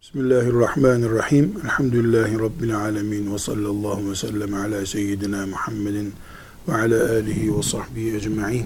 Bismillahirrahmanirrahim. Elhamdülillahi Rabbil alemin. Ve sallallahu ve sellem ala seyyidina Muhammedin ve ala alihi ve sahbihi ecma'in.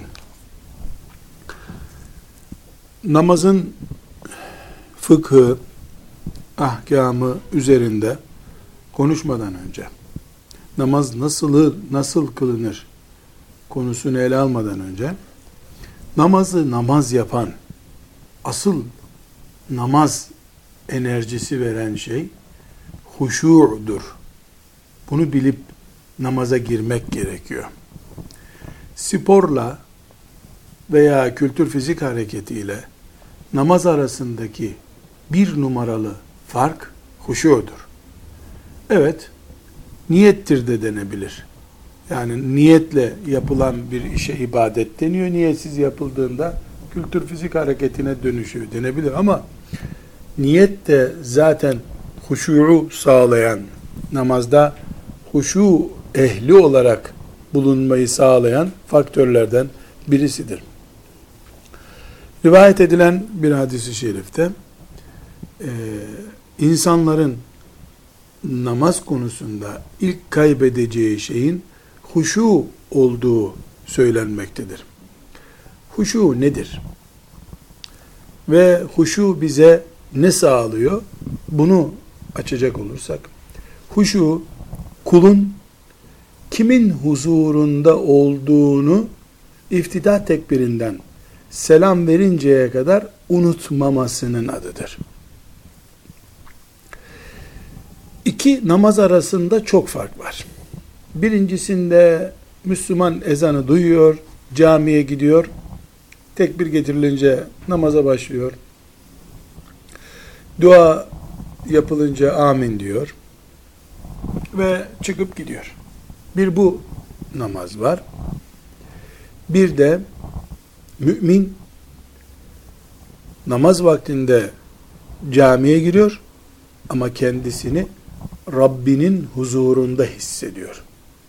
Namazın fıkhı, ahkamı üzerinde konuşmadan önce, namaz nasıl kılınır konusunu ele almadan önce, namazı namaz yapan, asıl namaz enerjisi veren şey huşu'dur. Bunu bilip namaza girmek gerekiyor. Sporla veya kültür fizik hareketiyle namaz arasındaki bir numaralı fark huşu'dur. Evet, niyettir de denebilir. Yani niyetle yapılan bir işe ibadet deniyor. Niyetsiz yapıldığında kültür fizik hareketine dönüşüyor denebilir ama niyet de zaten huşu'u sağlayan, namazda huşu ehli olarak bulunmayı sağlayan faktörlerden birisidir. Rivayet edilen bir hadis-i şerifte insanların namaz konusunda ilk kaybedeceği şeyin huşu olduğu söylenmektedir. Huşu nedir? Ve huşu bize ne sağlıyor? Bunu açacak olursak, huşu kulun kimin huzurunda olduğunu iftida tekbirinden selam verinceye kadar unutmamasının adıdır. İki namaz arasında çok fark var. Birincisinde Müslüman ezanı duyuyor, camiye gidiyor, tekbir getirilince namaza başlıyor. Dua yapılınca amin diyor ve çıkıp gidiyor. Bir bu namaz var. Bir de mümin namaz vaktinde camiye giriyor ama kendisini Rabbinin huzurunda hissediyor.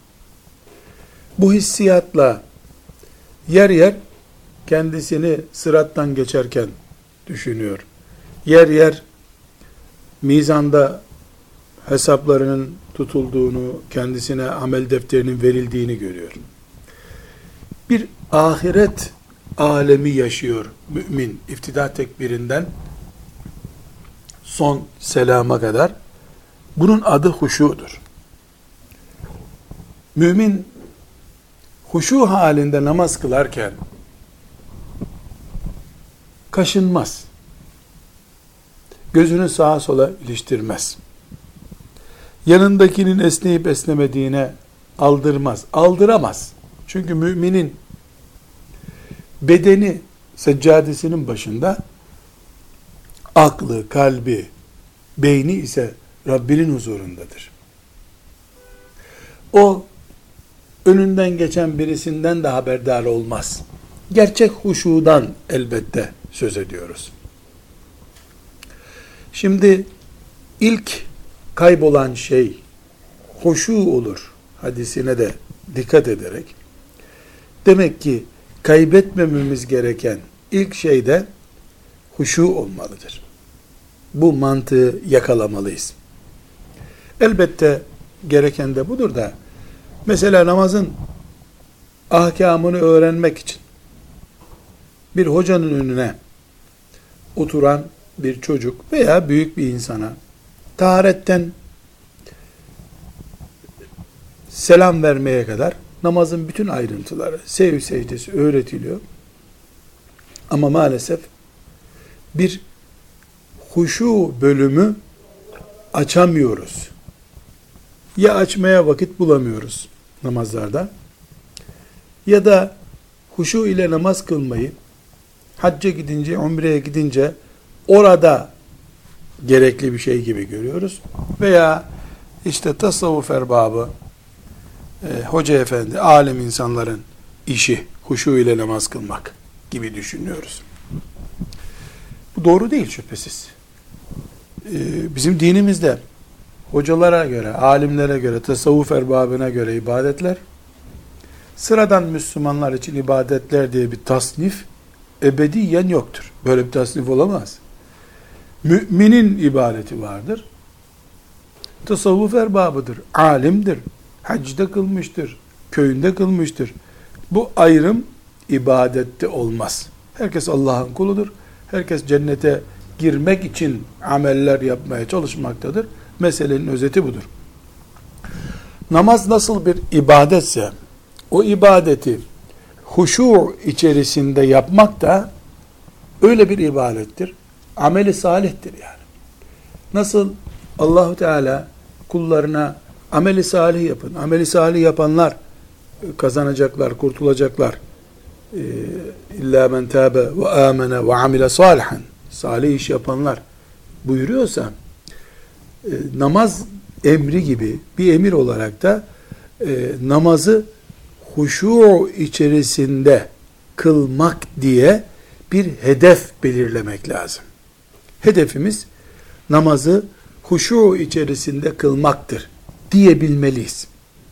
Bu hissiyatla yer yer kendisini sırattan geçerken düşünüyor. Yer yer mizanda hesaplarının tutulduğunu, kendisine amel defterinin verildiğini görüyor. Bir ahiret alemi yaşıyor mümin iftida tekbirinden son selama kadar. Bunun adı huşudur. Mümin huşu halinde namaz kılarken kaşınmaz. Gözünü sağa sola iliştirmez. Yanındakinin esneyip esnemediğine aldırmaz. Aldıramaz. Çünkü müminin bedeni seccadesinin başında, aklı, kalbi, beyni ise Rabbinin huzurundadır. O önünden geçen birisinden de haberdar olmaz. Gerçek huşudan elbette söz ediyoruz. Şimdi ilk kaybolan şey huşu olur hadisine de dikkat ederek, demek ki kaybetmememiz gereken ilk şey de huşu olmalıdır. Bu mantığı yakalamalıyız. Elbette gereken de budur da, mesela namazın ahkamını öğrenmek için bir hocanın önüne oturan bir çocuk veya büyük bir insana taharetten selam vermeye kadar namazın bütün ayrıntıları, sev secdesi öğretiliyor. Ama maalesef bir huşu bölümü açamıyoruz. Ya açmaya vakit bulamıyoruz namazlarda, ya da huşu ile namaz kılmayı hacca gidince, umreye gidince orada gerekli bir şey gibi görüyoruz. Veya işte tasavvuf erbabı, hoca efendi, alim insanların işi huşu ile namaz kılmak gibi düşünüyoruz. Bu doğru değil şüphesiz. Bizim dinimizde hocalara göre, alimlere göre, tasavvuf erbabına göre ibadetler, sıradan Müslümanlar için ibadetler diye bir tasnif ebediyen yoktur. Böyle bir tasnif olamaz. Müminin ibadeti vardır. Tasavvuf erbabıdır, alimdir, hacda kılmıştır, köyünde kılmıştır. Bu ayrım ibadette olmaz. Herkes Allah'ın kuludur. Herkes cennete girmek için ameller yapmaya çalışmaktadır. Meselenin özeti budur. Namaz nasıl bir ibadetse, o ibadeti huşu içerisinde yapmak da öyle bir ibadettir. Ameli salihtir yani. Nasıl Allahu Teala kullarına ameli salih yapın, ameli salih yapanlar kazanacaklar, kurtulacaklar. İlla men tâbe ve âmene ve amile salihan. Salih iş yapanlar buyuruyorsa, namaz emri gibi bir emir olarak da namazı huşu içerisinde kılmak diye bir hedef belirlemek lazım. Hedefimiz namazı huşu içerisinde kılmaktır diyebilmeliyiz.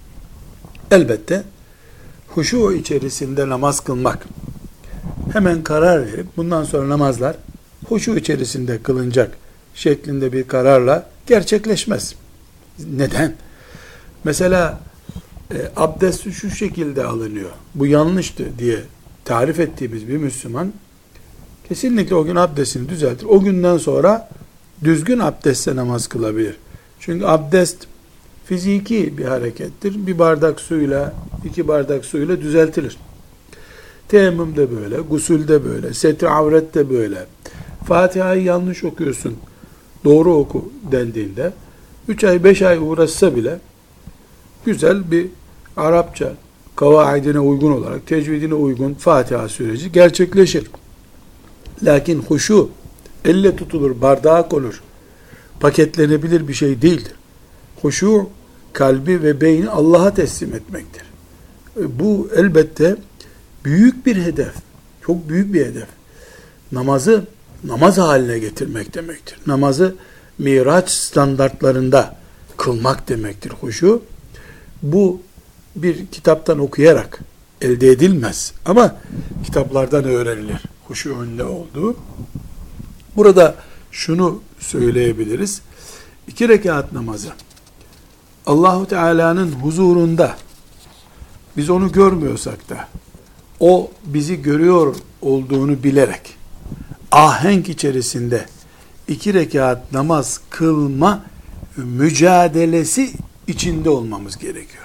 Elbette huşu içerisinde namaz kılmak, hemen karar verip bundan sonra namazlar huşu içerisinde kılınacak şeklinde bir kararla gerçekleşmez. Neden? Mesela abdest şu şekilde alınıyor, bu yanlıştı diye tarif ettiğimiz bir Müslüman kesinlikle o gün abdestini düzeltir. O günden sonra düzgün abdestle namaz kılabilir. Çünkü abdest fiziki bir harekettir. Bir bardak suyla, 2 bardak suyla düzeltilir. Teyemmüm de böyle, gusül de böyle, set-i avret de böyle. Fatiha'yı yanlış okuyorsun, doğru oku dendiğinde 3 ay 5 ay uğraşsa bile güzel bir Arapça kavaidine uygun olarak, tecvidine uygun Fatiha süreci gerçekleşir. Lakin huşu elle tutulur, bardağa konur, paketlenebilir bir şey değildir. Huşu kalbi ve beyni Allah'a teslim etmektir. Bu elbette büyük bir hedef. Çok büyük bir hedef. Namazı namaz haline getirmek demektir. Namazı Miraç standartlarında kılmak demektir huşu. Bu bir kitaptan okuyarak elde edilmez. Ama kitaplardan öğrenilir huşu'un ne olduğu. Burada şunu söyleyebiliriz. 2 rekat namazı Allahu Teala'nın huzurunda biz onu görmüyorsak da o bizi görüyor olduğunu bilerek ahenk içerisinde 2 rekat namaz kılma mücadelesi içinde olmamız gerekiyor.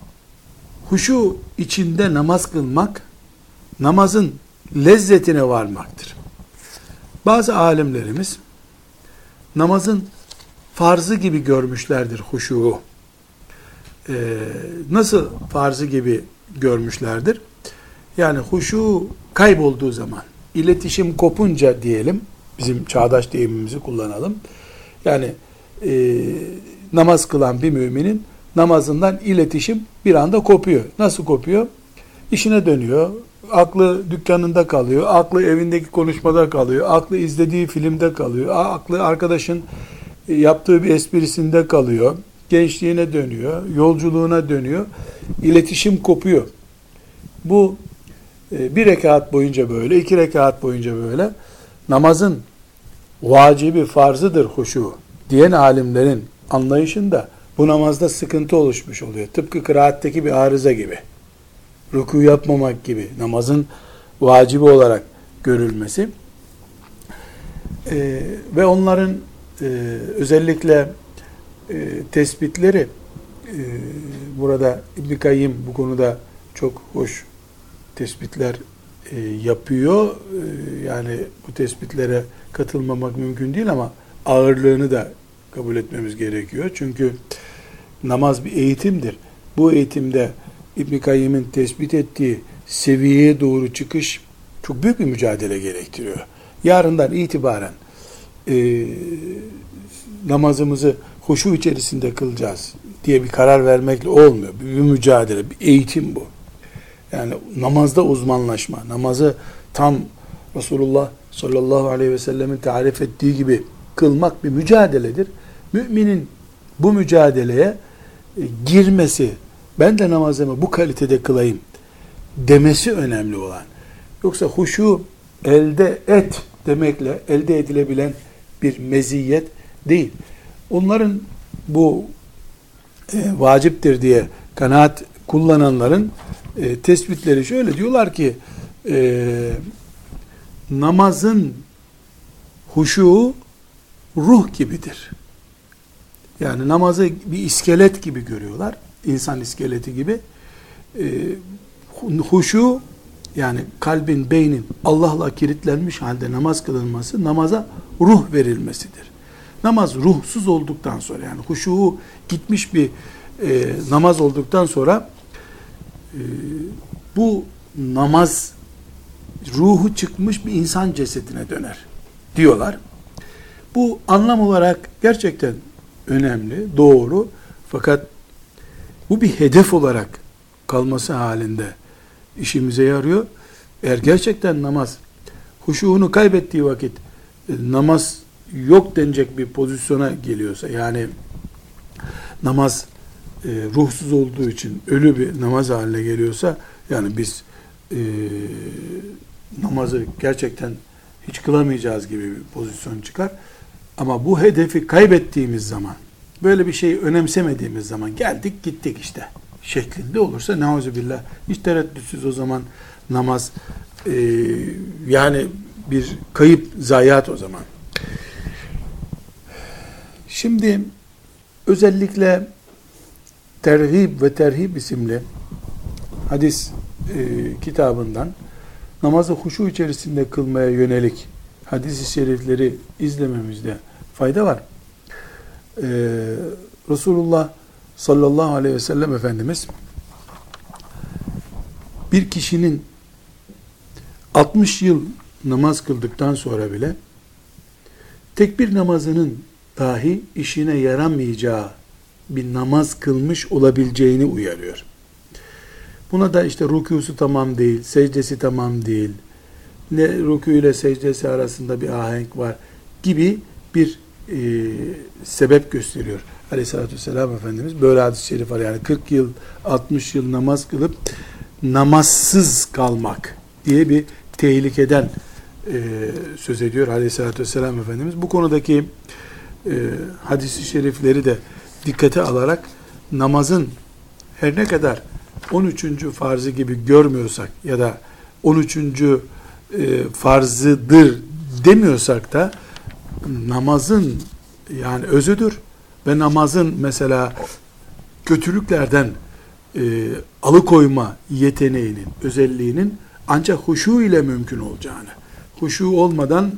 Huşu içinde namaz kılmak namazın lezzetine varmaktır. Bazı alimlerimiz namazın farzı gibi görmüşlerdir huşuğu. Nasıl farzı gibi görmüşlerdir? Yani huşu kaybolduğu zaman, iletişim kopunca diyelim, bizim çağdaş deyimimizi kullanalım. Yani namaz kılan bir müminin namazından iletişim bir anda kopuyor. Nasıl kopuyor? İşine dönüyor, aklı dükkanında kalıyor, aklı evindeki konuşmada kalıyor, aklı izlediği filmde kalıyor, aklı arkadaşın yaptığı bir esprisinde kalıyor, gençliğine dönüyor, yolculuğuna dönüyor, iletişim kopuyor. Bu 1 rekat boyunca böyle, 2 rekat boyunca böyle. Namazın vacibi, farzıdır huşu diyen alimlerin anlayışında bu namazda sıkıntı oluşmuş oluyor. Tıpkı kıraatteki bir arıza gibi. Ruku yapmamak gibi namazın vacibi olarak görülmesi ve onların özellikle tespitleri burada İbn-i Kayyim bu konuda çok hoş tespitler yapıyor. Yani bu tespitlere katılmamak mümkün değil ama ağırlığını da kabul etmemiz gerekiyor. Çünkü namaz bir eğitimdir. Bu eğitimde İbn-i Kayyim'in tespit ettiği seviyeye doğru çıkış çok büyük bir mücadele gerektiriyor. Yarından itibaren namazımızı huşu içerisinde kılacağız diye bir karar vermekle olmuyor. Bir mücadele, bir eğitim bu. Yani namazda uzmanlaşma, namazı tam Resulullah sallallahu aleyhi ve sellemin tarif ettiği gibi kılmak bir mücadeledir. Müminin bu mücadeleye girmesi, ben de namazımı bu kalitede kılayım demesi önemli olan. Yoksa huşu elde et demekle elde edilebilen bir meziyet değil. Onların bu vaciptir diye kanaat kullananların tespitleri şöyle diyorlar ki namazın huşu ruh gibidir. Yani namazı bir iskelet gibi görüyorlar. İnsan iskeleti gibi. Huşu yani kalbin, beynin Allah'la kilitlenmiş halde namaz kılınması, namaza ruh verilmesidir. Namaz ruhsuz olduktan sonra, yani huşu gitmiş bir namaz olduktan sonra bu namaz ruhu çıkmış bir insan cesedine döner diyorlar. Bu anlam olarak gerçekten önemli, doğru. Fakat bu bir hedef olarak kalması halinde işimize yarıyor. Eğer gerçekten namaz huşuğunu kaybettiği vakit namaz yok denecek bir pozisyona geliyorsa, yani namaz ruhsuz olduğu için ölü bir namaz haline geliyorsa, yani biz namazı gerçekten hiç kılamayacağız gibi bir pozisyon çıkar. Ama bu hedefi kaybettiğimiz zaman, böyle bir şeyi önemsemediğimiz zaman, geldik gittik işte şeklinde olursa, neuzubillah, hiç tereddütsüz o zaman namaz yani bir kayıp, zayiat o zaman. Şimdi özellikle Terhib ve Terhib isimli hadis kitabından namazı huşu içerisinde kılmaya yönelik hadis-i şerifleri izlememizde fayda var. Resulullah sallallahu aleyhi ve sellem Efendimiz bir kişinin 60 yıl namaz kıldıktan sonra bile tek bir namazının dahi işine yaramayacağı bir namaz kılmış olabileceğini uyarıyor. Buna da işte rükûsu tamam değil, secdesi tamam değil, ne rükû ile secdesi arasında bir ahenk var gibi bir sebep gösteriyor Aleyhisselatü Vesselam Efendimiz. Böyle hadis-i şerif var. Yani 40 yıl, 60 yıl namaz kılıp namazsız kalmak diye bir tehlikeden söz ediyor Aleyhisselatü Vesselam Efendimiz. Bu konudaki hadis-i şerifleri de dikkate alarak namazın her ne kadar 13. farzı gibi görmüyorsak ya da 13. farzıdır demiyorsak da namazın yani özüdür ve namazın mesela kötülüklerden alıkoyma yeteneğinin, özelliğinin ancak huşu ile mümkün olacağını, huşu olmadan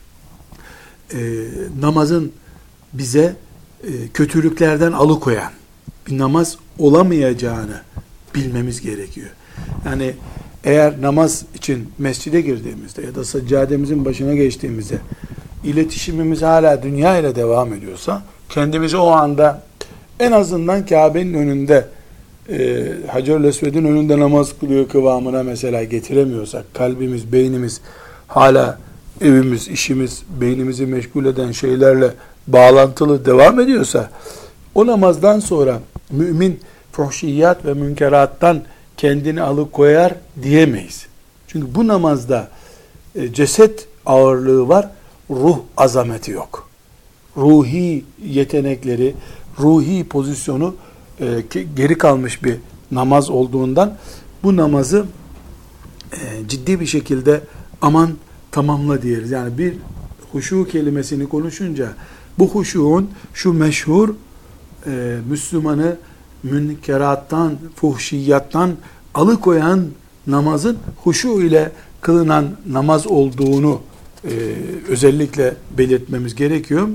namazın bize kötülüklerden alıkoyan bir namaz olamayacağını bilmemiz gerekiyor. Yani eğer namaz için mescide girdiğimizde ya da seccademizin başına geçtiğimizde iletişimimiz hala dünya ile devam ediyorsa, kendimizi o anda en azından Kabe'nin önünde Hacer-ül Esved'in önünde namaz kılıyor kıvamına mesela getiremiyorsak, kalbimiz, beynimiz hala evimiz, işimiz, beynimizi meşgul eden şeylerle bağlantılı devam ediyorsa, o namazdan sonra mümin fuhşiyat ve münkerattan kendini alıkoyar diyemeyiz. Çünkü bu namazda ceset ağırlığı var, ruh azameti yok. Ruhi yetenekleri, ruhi pozisyonu geri kalmış bir namaz olduğundan bu namazı ciddi bir şekilde aman tamamla diyoruz. Yani bir huşu kelimesini konuşunca bu huşuğun şu meşhur Müslümanı münkerattan, fuhşiyattan alıkoyan namazın huşu ile kılınan namaz olduğunu özellikle belirtmemiz gerekiyor.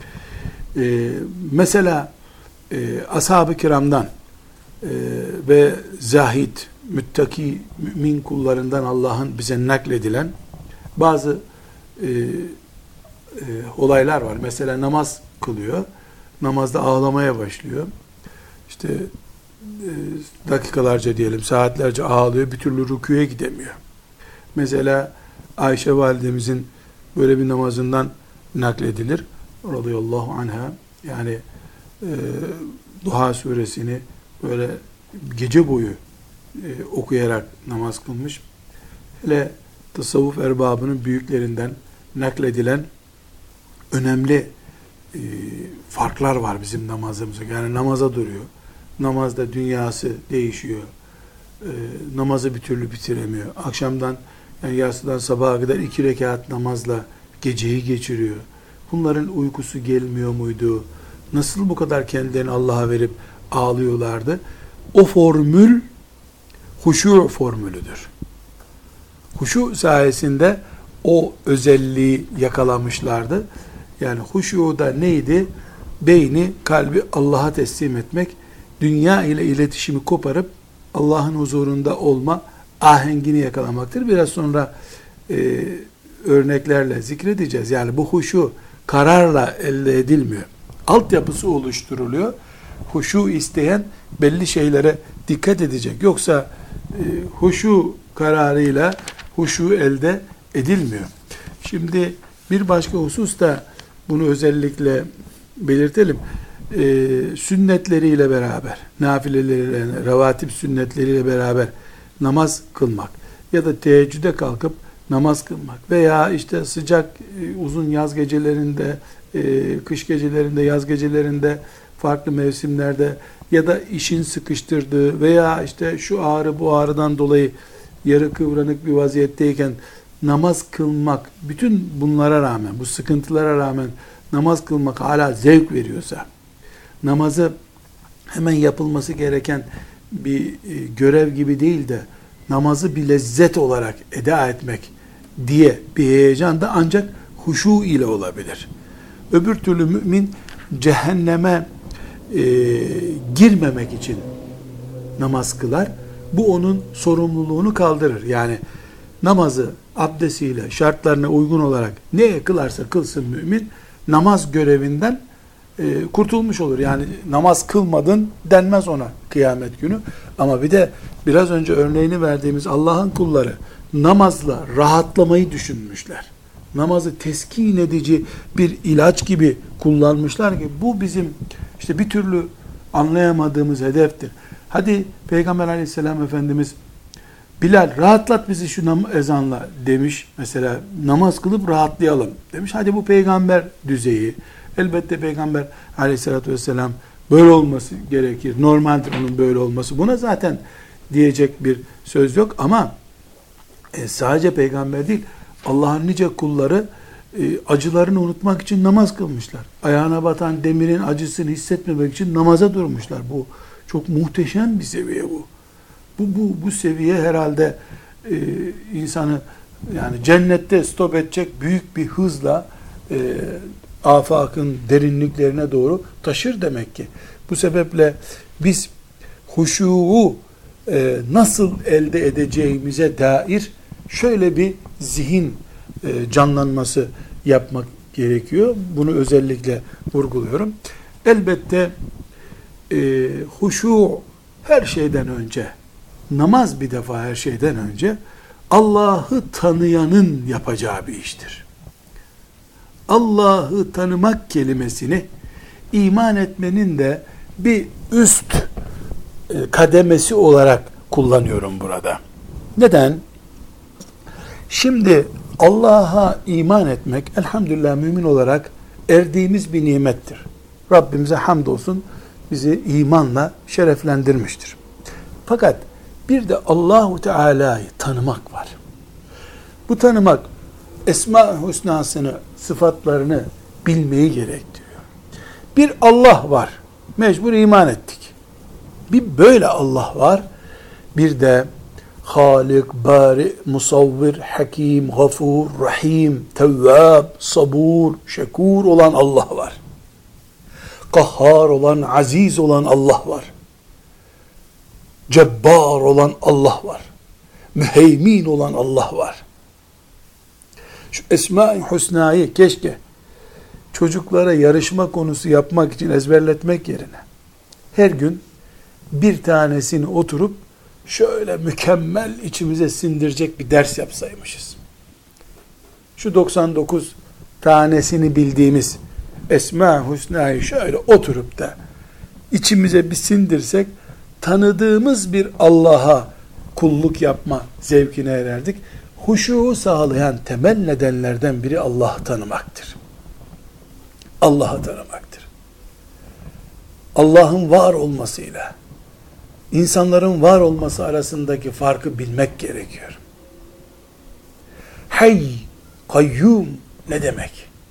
Mesela ashab-ı kiramdan ve zahid, müttaki, mümin kullarından Allah'ın bize nakledilen bazı olaylar var. Mesela namaz kılıyor, namazda ağlamaya başlıyor. İşte dakikalarca diyelim, saatlerce ağlıyor, bir türlü rükûya gidemiyor. Mesela Ayşe validemizin böyle bir namazından nakledilir. Radıyallahu anha, yani Duha suresini böyle gece boyu okuyarak namaz kılmış. Hele tasavvuf erbabının büyüklerinden nakledilen önemli farklar var bizim namazımızda. Yani namaza duruyor. Namazda dünyası değişiyor. Namazı bir türlü bitiremiyor. Akşamdan yani yatsıdan sabaha kadar 2 rekat namazla geceyi geçiriyor. Bunların uykusu gelmiyor muydu? Nasıl bu kadar kendilerini Allah'a verip ağlıyorlardı? O formül huşu formülüdür. Huşu sayesinde o özelliği yakalamışlardı. Yani huşu da neydi? Beyni, kalbi Allah'a teslim etmek, dünya ile iletişimi koparıp Allah'ın huzurunda olma ahengini yakalamaktır. Biraz sonra örneklerle zikredeceğiz. Yani bu huşu kararla elde edilmiyor. Altyapısı oluşturuluyor. Huşu isteyen belli şeylere dikkat edecek. Yoksa huşu kararıyla huşu elde edilmiyor. Şimdi bir başka husus da bunu özellikle belirtelim. Sünnetleriyle beraber, nafileleriyle, revatip sünnetleriyle beraber namaz kılmak ya da teheccüde kalkıp namaz kılmak veya işte sıcak uzun yaz gecelerinde, kış gecelerinde, yaz gecelerinde, farklı mevsimlerde ya da işin sıkıştırdığı veya işte şu ağrı bu ağrıdan dolayı yarı kıvranık bir vaziyetteyken namaz kılmak, bütün bunlara rağmen, bu sıkıntılara rağmen namaz kılmak hala zevk veriyorsa, namazı hemen yapılması gereken bir görev gibi değil de namazı bir lezzet olarak eda etmek diye bir heyecan da ancak huşu ile olabilir. Öbür türlü mümin cehenneme girmemek için namaz kılar. Bu onun sorumluluğunu kaldırır. Yani namazı abdestiyle, şartlarına uygun olarak ne kılarsa kılsın mümin, namaz görevinden kurtulmuş olur. Yani namaz kılmadın denmez ona kıyamet günü. Ama bir de biraz önce örneğini verdiğimiz Allah'ın kulları namazla rahatlamayı düşünmüşler. Namazı teskin edici bir ilaç gibi kullanmışlar ki bu bizim işte bir türlü anlayamadığımız hedeftir. Hadi Peygamber Aleyhisselam Efendimiz Bilal rahatlat bizi şu ezanla demiş. Mesela namaz kılıp rahatlayalım demiş. Hadi bu peygamber düzeyi. Elbette Peygamber Aleyhisselatü Vesselam böyle olması gerekir. Normaldir onun böyle olması. Buna zaten diyecek bir söz yok ama sadece peygamber değil, Allah'ın nice kulları acılarını unutmak için namaz kılmışlar. Ayağına batan demirin acısını hissetmemek için namaza durmuşlar. Bu çok muhteşem bir seviye bu. Bu seviye herhalde insanı yani cennette stop edecek büyük bir hızla afakın derinliklerine doğru taşır demek ki. Bu sebeple biz huşuğu nasıl elde edeceğimize dair şöyle bir zihin canlanması yapmak gerekiyor. Bunu özellikle vurguluyorum. Elbette huşu her şeyden önce, namaz bir defa her şeyden önce Allah'ı tanıyanın yapacağı bir iştir. Allah'ı tanımak kelimesini iman etmenin de bir üst kademesi olarak kullanıyorum burada. Neden? Şimdi Allah'a iman etmek elhamdülillah mümin olarak erdiğimiz bir nimettir. Rabbimize hamdolsun bizi imanla şereflendirmiştir. Fakat bir de Allahu Teala'yı tanımak var. Bu tanımak Esma-ı Hüsna'sını, sıfatlarını bilmeyi gerektiriyor. Bir Allah var. Mecbur iman ettik. Bir böyle Allah var. Bir de Halik, Bari, Musavvir, Hakim, Gafur, Rahim, Tevvab, Sabur, Şekur olan Allah var. Kahhar olan, aziz olan Allah var. Cebbar olan Allah var. Müheymin olan Allah var. Şu Esma-i Hüsna'yı keşke çocuklara yarışma konusu yapmak için ezberletmek yerine her gün bir tanesini oturup şöyle mükemmel içimize sindirecek bir ders yapsaymışız. Şu 99 tanesini bildiğimiz Esma-i Hüsna'yı şöyle oturup da içimize bir sindirsek tanıdığımız bir Allah'a kulluk yapma zevkine ererdik. Huşuğu sağlayan temel nedenlerden biri Allah'ı tanımaktır. Allah'ı tanımaktır. Allah'ın var olmasıyla insanların var olması arasındaki farkı bilmek gerekiyor. Hayy, kayyum ne demek?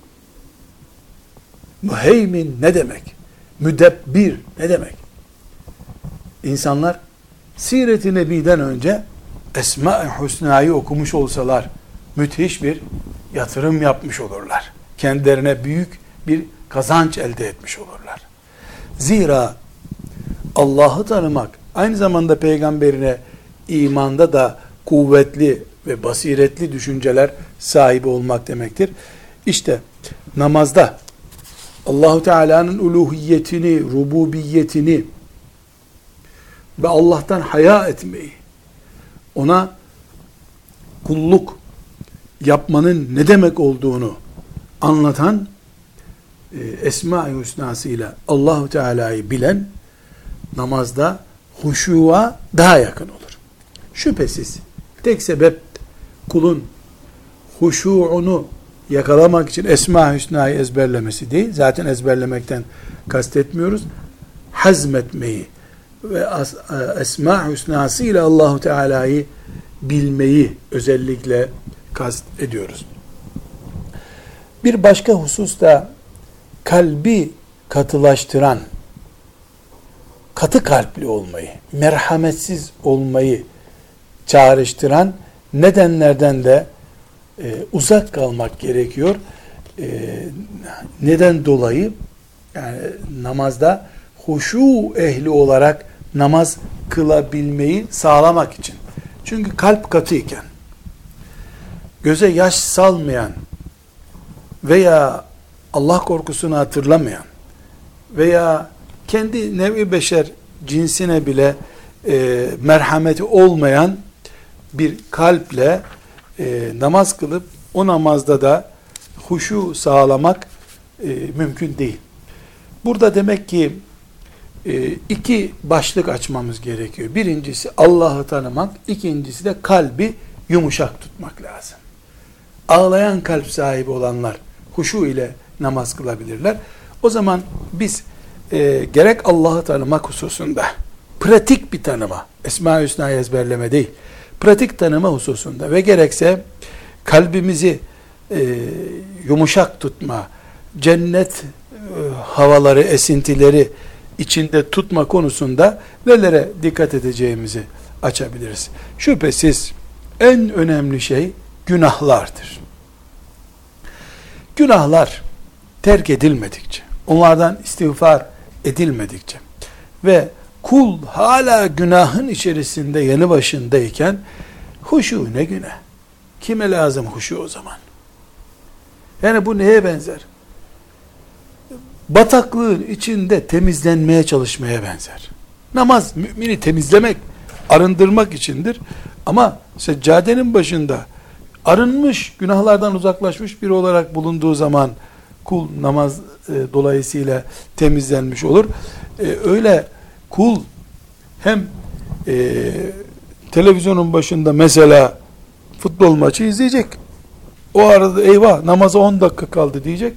Müheymin ne demek? Müdebbir ne demek? İnsanlar Siret-i Nebi'den önce Esma-i Hüsna'yı okumuş olsalar müthiş bir yatırım yapmış olurlar. Kendilerine büyük bir kazanç elde etmiş olurlar. Zira Allah'ı tanımak aynı zamanda peygamberine imanda da kuvvetli ve basiretli düşünceler sahibi olmak demektir. İşte namazda Allahu Teala'nın uluhiyetini, rububiyetini ve Allah'tan haya etmeyi, ona kulluk yapmanın ne demek olduğunu anlatan Esma-i Hüsna'sıyla Allahu Teala'yı bilen namazda huşuğa daha yakın olur. Şüphesiz tek sebep kulun huşuğunu yakalamak için Esma-i Hüsna'yı ezberlemesi değil. Zaten ezberlemekten kastetmiyoruz. Hazmetmeyi ve Esma-i Hüsna'sıyla Allahu Teala'yı bilmeyi özellikle kast ediyoruz. Bir başka husus da kalbi katılaştıran, katı kalpli olmayı, merhametsiz olmayı çağrıştıran nedenlerden de uzak kalmak gerekiyor. Neden dolayı? Yani namazda huşu ehli olarak namaz kılabilmeyi sağlamak için. Çünkü kalp katıyken, göze yaş salmayan veya Allah korkusunu hatırlamayan veya kendi nevi beşer cinsine bile merhameti olmayan bir kalple namaz kılıp o namazda da huşu sağlamak mümkün değil. Burada demek ki iki başlık açmamız gerekiyor. Birincisi Allah'ı tanımak, ikincisi de kalbi yumuşak tutmak lazım. Ağlayan kalp sahibi olanlar huşu ile namaz kılabilirler. O zaman biz gerek Allah'ı tanımak hususunda, pratik bir tanıma, Esma-i Hüsna'yı ezberleme değil, pratik tanıma hususunda ve gerekse kalbimizi yumuşak tutma, cennet havaları, esintileri içinde tutma konusunda nelere dikkat edeceğimizi açabiliriz. Şüphesiz en önemli şey günahlardır. Günahlar terk edilmedikçe, onlardan istiğfar edilmedikçe ve kul hala günahın içerisinde yanı başındayken huşu ne günah? Kime lazım huşu o zaman? Yani bu neye benzer? Bataklığın içinde temizlenmeye çalışmaya benzer. Namaz mümini temizlemek, arındırmak içindir. Ama seccadenin başında arınmış, günahlardan uzaklaşmış biri olarak bulunduğu zaman kul namaz dolayısıyla temizlenmiş olur. Öyle kul hem televizyonun başında mesela futbol maçı izleyecek. O arada eyvah namaza 10 dakika kaldı diyecek.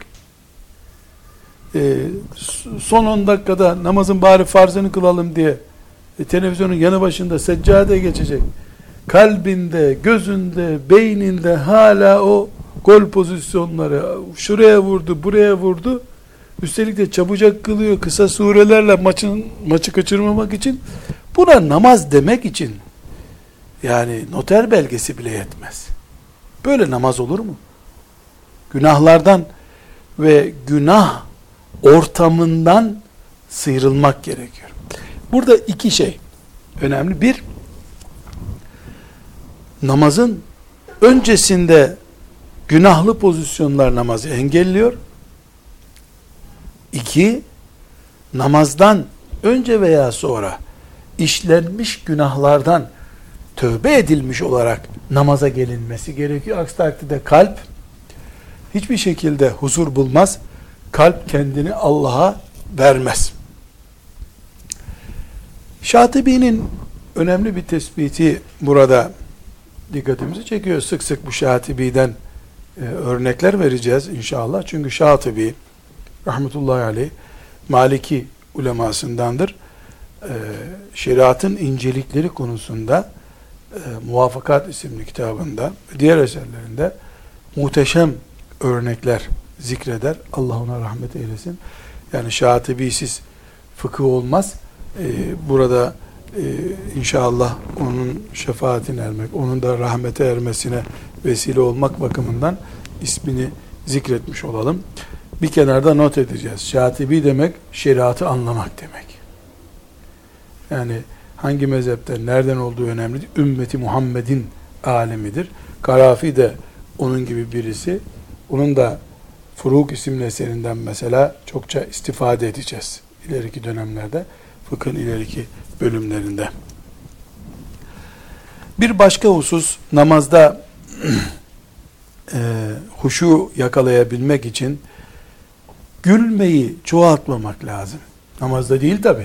Son 10 dakikada namazın bari farzını kılalım diye televizyonun yanı başında seccade geçecek. Kalbinde, gözünde, beyninde hala o gol pozisyonları, şuraya vurdu, buraya vurdu. Üstelik de çabucak kılıyor, kısa surelerle maçı kaçırmamak için. Buna namaz demek için yani noter belgesi bile yetmez. Böyle namaz olur mu? Günahlardan ve günah ortamından sıyrılmak gerekiyor. Burada iki şey önemli. Bir, namazın öncesinde günahlı pozisyonlar namazı engelliyor. İki, namazdan önce veya sonra işlenmiş günahlardan tövbe edilmiş olarak namaza gelinmesi gerekiyor. Aksi takdirde kalp hiçbir şekilde huzur bulmaz. Kalp kendini Allah'a vermez. Şatibi'nin önemli bir tespiti burada dikkatimizi çekiyor. Sık sık bu Şatibi'den örnekler vereceğiz inşallah. Çünkü Şatibi rahmetullahi aleyh Maliki ulemasındandır. Şeriatın incelikleri konusunda Muvafakat isimli kitabında ve diğer eserlerinde muhteşem örnekler zikreder. Allah ona rahmet eylesin. Yani Şatibi'siz fıkıh olmaz. Burada inşallah onun şefaatine ermek, onun da rahmete ermesine vesile olmak bakımından ismini zikretmiş olalım. Bir kenarda not edeceğiz. Şatibi demek şeriatı anlamak demek. Yani hangi mezhepten, nereden olduğu önemli değil. Ümmeti Muhammed'in alemidir. Karafi de onun gibi birisi. Onun da Furuk isimli eserinden mesela çokça istifade edeceğiz ileriki dönemlerde, fıkhın ileriki bölümlerinde. Bir başka husus, namazda huşu yakalayabilmek için gülmeyi çoğaltmamak lazım. Namazda değil tabi.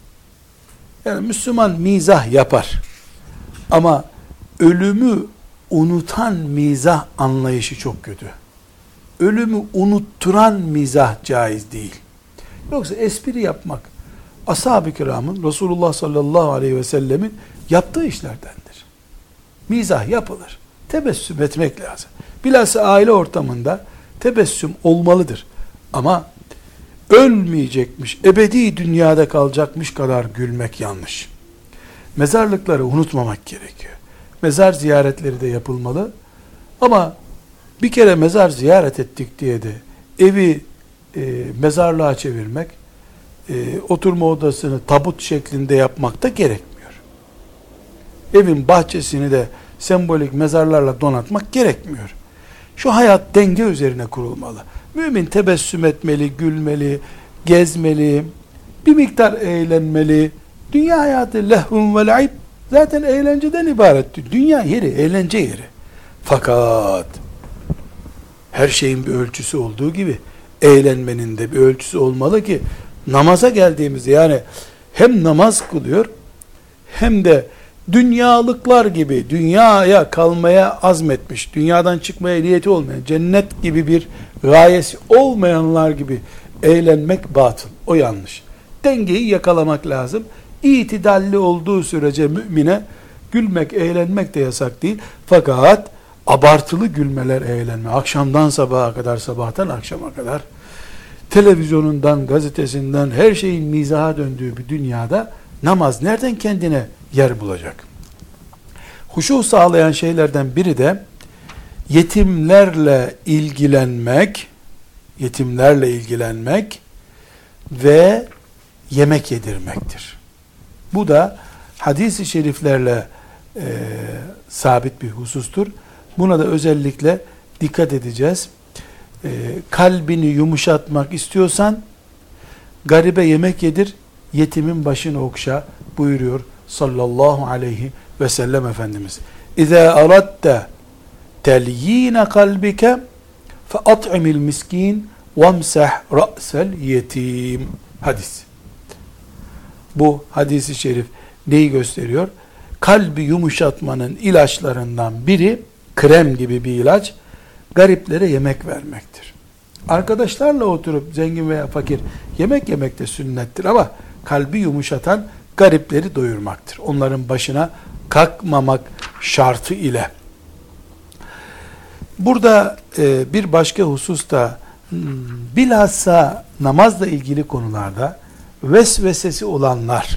Yani Müslüman mizah yapar. Ama ölümü unutan mizah anlayışı çok kötü. Ölümü unutturan mizah caiz değil. Yoksa espri yapmak, ashab-ı kiramın, Resulullah sallallahu aleyhi ve sellemin yaptığı işlerdendir. Mizah yapılır. Tebessüm etmek lazım. Bilhassa aile ortamında tebessüm olmalıdır. Ama ölmeyecekmiş, ebedi dünyada kalacakmış kadar gülmek yanlış. Mezarlıkları unutmamak gerekiyor. Mezar ziyaretleri de yapılmalı. Ama bir kere mezar ziyaret ettik diye de evi mezarlığa çevirmek, oturma odasını tabut şeklinde yapmak da gerekmiyor. Evin bahçesini de sembolik mezarlarla donatmak gerekmiyor. Şu hayat denge üzerine kurulmalı. Mümin tebessüm etmeli, gülmeli, gezmeli, bir miktar eğlenmeli. Dünya hayatı lehvun ve la'ib zaten eğlenceden ibarettir. Dünya yeri, eğlence yeri. Fakat her şeyin bir ölçüsü olduğu gibi eğlenmenin de bir ölçüsü olmalı ki namaza geldiğimizde, yani hem namaz kılıyor hem de dünyalıklar gibi dünyaya kalmaya azmetmiş, dünyadan çıkmaya niyeti olmayan, cennet gibi bir gayesi olmayanlar gibi eğlenmek batıl. O yanlış. Dengeyi yakalamak lazım. İtidalli olduğu sürece mümine gülmek, eğlenmek de yasak değil. Fakat abartılı gülmeler, eğlenme, akşamdan sabaha kadar, sabahtan akşama kadar, televizyonundan, gazetesinden, her şeyin mizaha döndüğü bir dünyada namaz nereden kendine yer bulacak? Huşu sağlayan şeylerden biri de yetimlerle ilgilenmek ve yemek yedirmektir. Bu da hadis-i şeriflerle sabit bir husustur. Buna da özellikle dikkat edeceğiz. Kalbini yumuşatmak istiyorsan garibe yemek yedir, yetimin başını okşa buyuruyor sallallahu aleyhi ve sellem Efendimiz. İzâ aradte telyîne kalbike fe at'imil miskin vemseh ra'sel yetim. Hadis. Bu hadisi şerif neyi gösteriyor? Kalbi yumuşatmanın ilaçlarından biri, krem gibi bir ilaç, gariplere yemek vermektir. Arkadaşlarla oturup zengin veya fakir yemek yemek de sünnettir ama kalbi yumuşatan garipleri doyurmaktır. Onların başına kalkmamak şartı ile. Burada bir başka husus da bilhassa namazla ilgili konularda vesvesesi olanlar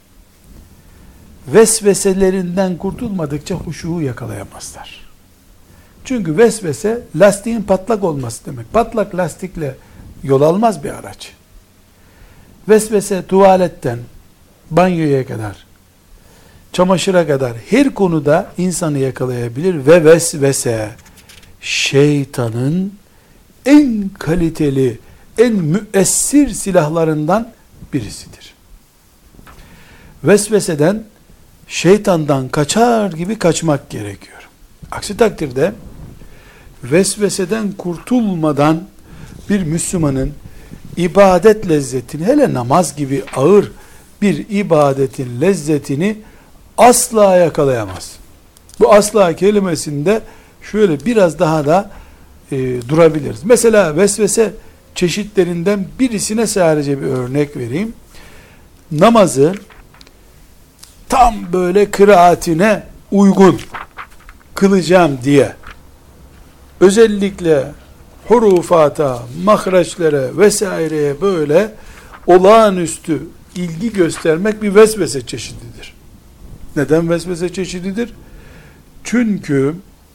vesveselerinden kurtulmadıkça huşuğu yakalayamazlar. Çünkü vesvese lastiğin patlak olması demek. Patlak lastikle yol almaz bir araç. Vesvese tuvaletten banyoya kadar, çamaşıra kadar her konuda insanı yakalayabilir ve vesvese şeytanın en kaliteli, en müessir silahlarından birisidir. Vesveseden, şeytandan kaçar gibi kaçmak gerekiyor. Aksi takdirde vesveseden kurtulmadan bir Müslümanın ibadet lezzetini, hele namaz gibi ağır bir ibadetin lezzetini asla yakalayamaz. Bu asla kelimesinde şöyle biraz daha da durabiliriz. Mesela vesvese çeşitlerinden birisine sadece bir örnek vereyim. Namazı tam böyle kıraatine uygun kılacağım diye özellikle hurufata, mahreçlere vesaireye böyle olağanüstü ilgi göstermek bir vesvese çeşididir. Neden vesvese çeşididir? Çünkü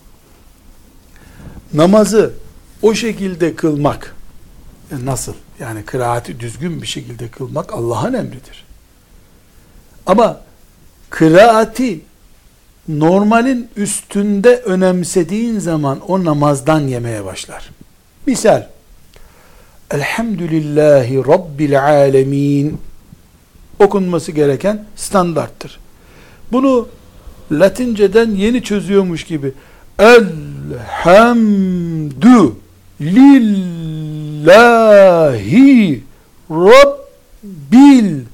namazı o şekilde kılmak, nasıl? Yani kıraati düzgün bir şekilde kılmak Allah'ın emridir. Ama kıraati normalin üstünde önemsediğin zaman o namazdan yemeye başlar. Misal, Elhamdülillahi Rabbil Alemin okunması gereken standarttır. Bunu Latinceden yeni çözüyormuş gibi Elhamdü lillahi Rabbil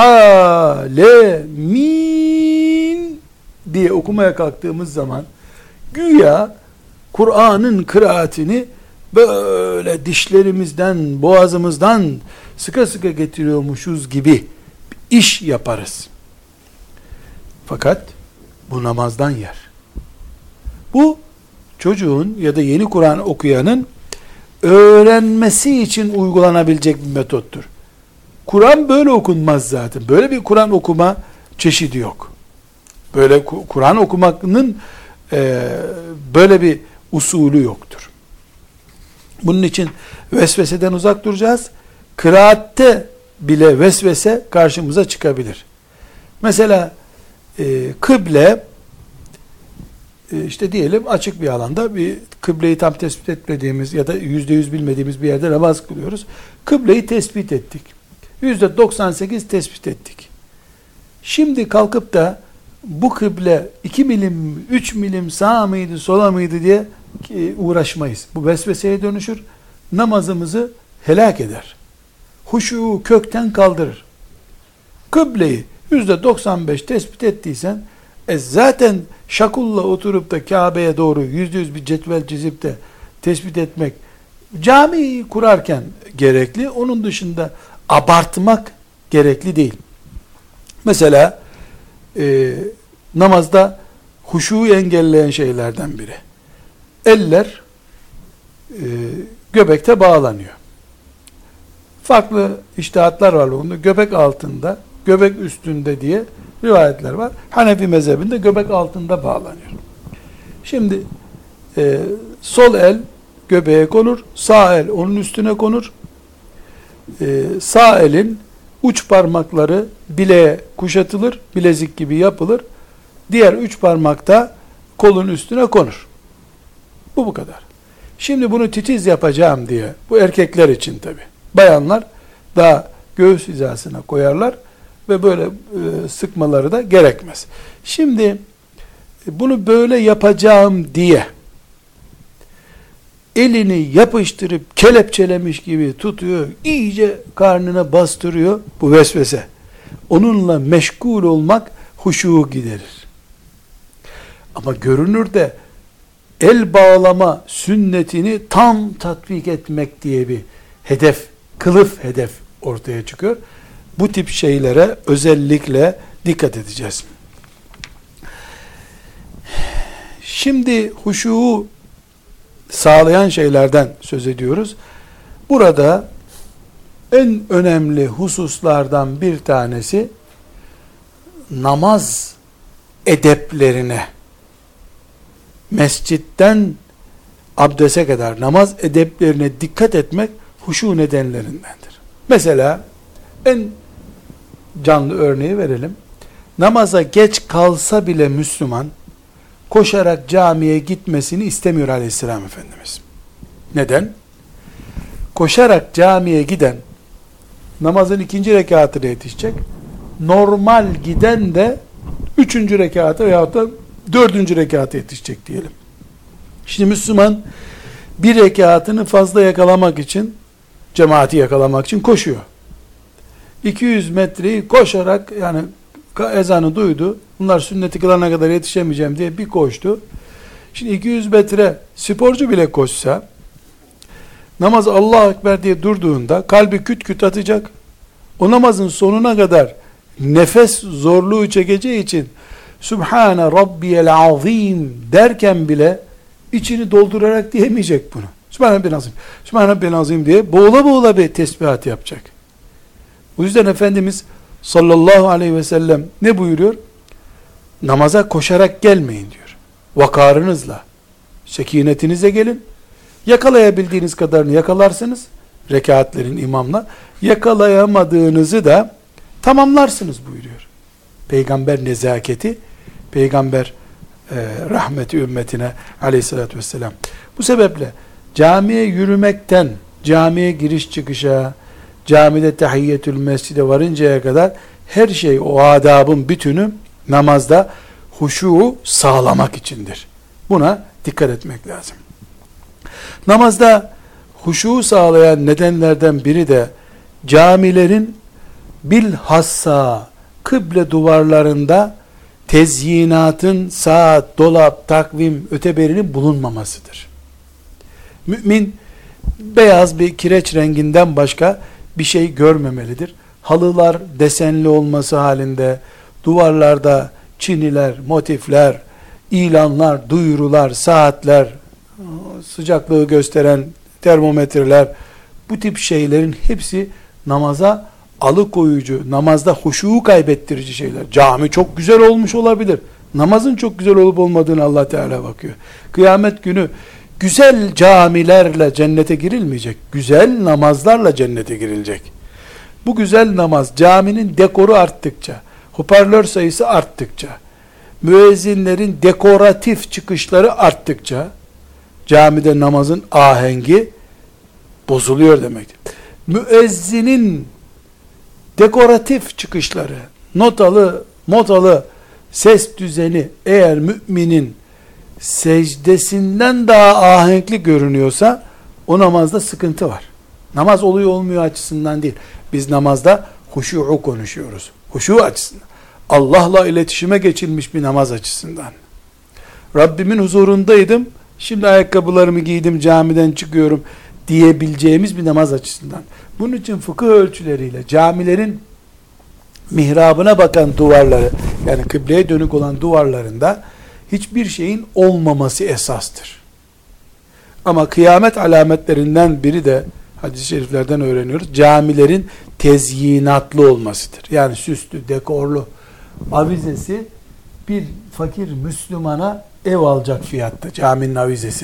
Alemin diye okumaya kalktığımız zaman güya Kur'an'ın kıraatini böyle dişlerimizden, boğazımızdan sıka sıka getiriyormuşuz gibi iş yaparız. Fakat bu namazdan yer. Bu çocuğun ya da yeni Kur'an okuyanın öğrenmesi için uygulanabilecek bir metottur. Kur'an böyle okunmaz zaten. Böyle bir Kur'an okuma çeşidi yok. Böyle Kur'an okumanın böyle bir usulü yoktur. Bunun için vesveseden uzak duracağız. Kıraatte bile vesvese karşımıza çıkabilir. Mesela kıble işte diyelim açık bir alanda bir kıbleyi tam tespit etmediğimiz ya da %100 bilmediğimiz bir yerde namaz kılıyoruz. Kıbleyi tespit ettik. %98 tespit ettik. Şimdi kalkıp da bu kıble 2 milim, 3 milim sağa mıydı, sola mıydı diye uğraşmayız. Bu vesveseye dönüşür. Namazımızı helak eder. Huşuyu kökten kaldırır. Kıbleyi %95 tespit ettiysen zaten şakulla oturup da Kabe'ye doğru %100 bir cetvel çizip de tespit etmek camiyi kurarken gerekli. Onun dışında abartmak gerekli değil. Mesela namazda huşuyu engelleyen şeylerden biri. Eller göbekte bağlanıyor. Farklı içtihatlar var bunda. Göbek altında, göbek üstünde diye rivayetler var. Hanefi mezhebinde göbek altında bağlanıyor. Şimdi sol el göbeğe konur, sağ el onun üstüne konur. Sağ elin uç parmakları bileğe kuşatılır, bilezik gibi yapılır. Diğer 3 parmak da kolun üstüne konur. Bu kadar. Şimdi bunu titiz yapacağım diye, bu erkekler için tabi. Bayanlar daha göğüs hizasına koyarlar ve böyle sıkmaları da gerekmez. Şimdi bunu böyle yapacağım diye elini yapıştırıp kelepçelemiş gibi tutuyor, iyice karnına bastırıyor, bu vesvese. Onunla meşgul olmak huşuğu giderir. Ama görünürde el bağlama sünnetini tam tatbik etmek diye bir hedef, kılıf hedef ortaya çıkıyor. Bu tip şeylere özellikle dikkat edeceğiz. Şimdi huşuğu sağlayan şeylerden söz ediyoruz. Burada en önemli hususlardan bir tanesi namaz edeplerine, mescitten abdeste kadar namaz edeplerine dikkat etmek huşu nedenlerindendir. Mesela en canlı örneği verelim. Namaza geç kalsa bile Müslüman koşarak camiye gitmesini istemiyor Aleyhisselam Efendimiz. Neden? Koşarak camiye giden namazın 2. rekatına yetişecek. Normal giden de 3. rekata veyahut da 4. rekata yetişecek diyelim. Şimdi Müslüman bir rekatını fazla yakalamak için, cemaati yakalamak için koşuyor. 200 metreyi koşarak, yani ezanı duydu, bunlar sünneti kılana kadar yetişemeyeceğim diye bir koştu. Şimdi 200 metre sporcu bile koşsa namaz Allahu Ekber diye durduğunda kalbi küt küt atacak. O namazın sonuna kadar nefes zorluğu çekeceği için Sübhane Rabbiyel Azim derken bile içini doldurarak diyemeyecek bunu. Sübhane Rabbiyel Azim, Sübhane Rabbiyel Azim diye boğula boğula bir tesbihat yapacak. O yüzden Efendimiz sallallahu aleyhi ve sellem ne buyuruyor? Namaza koşarak gelmeyin diyor. Vakarınızla, sekinetinize gelin. Yakalayabildiğiniz kadarını yakalarsınız. Rekatlerin imamla. Yakalayamadığınızı da tamamlarsınız buyuruyor. Peygamber nezaketi, peygamber rahmeti ümmetine aleyhissalatü vesselam. Bu sebeple camiye yürümekten, camiye giriş çıkışa, camide tahiyyetül mescide varıncaya kadar her şey, o adabın bütünü namazda huşu sağlamak içindir. Buna dikkat etmek lazım. Namazda huşu sağlayan nedenlerden biri de camilerin bilhassa kıble duvarlarında tezyinatın, saat, dolap, takvim, öteberinin bulunmamasıdır. Mümin beyaz bir kireç renginden başka bir şey görmemelidir. Halılar desenli olması halinde, duvarlarda çiniler, motifler, ilanlar, duyurular, saatler, sıcaklığı gösteren termometreler, bu tip şeylerin hepsi namaza alıkoyucu, namazda huşuğu kaybettirici şeyler. Cami çok güzel olmuş olabilir. Namazın çok güzel olup olmadığını Allah Teala bakıyor. Kıyamet günü güzel camilerle cennete girilmeyecek. Güzel namazlarla cennete girilecek. Bu güzel namaz, caminin dekoru arttıkça, hoparlör sayısı arttıkça, müezzinlerin dekoratif çıkışları arttıkça, camide namazın ahengi bozuluyor demektir. Müezzinin dekoratif çıkışları, notalı ses düzeni eğer müminin secdesinden daha ahenkli görünüyorsa o namazda sıkıntı var. Namaz oluyor olmuyor açısından değil. Biz namazda huşu'u konuşuyoruz. Huşu açısından. Allah'la iletişime geçilmiş bir namaz açısından. Rabbimin huzurundaydım, şimdi ayakkabılarımı giydim, camiden çıkıyorum diyebileceğimiz bir namaz açısından. Bunun için fıkıh ölçüleriyle camilerin mihrabına bakan duvarları, yani kıbleye dönük olan duvarlarında hiçbir şeyin olmaması esastır. Ama kıyamet alametlerinden biri de hadis-i şeriflerden öğreniyoruz. Camilerin tezyinatlı olmasıdır. Yani süslü, dekorlu, avizesi bir fakir Müslümana ev alacak fiyatta caminin avizesi.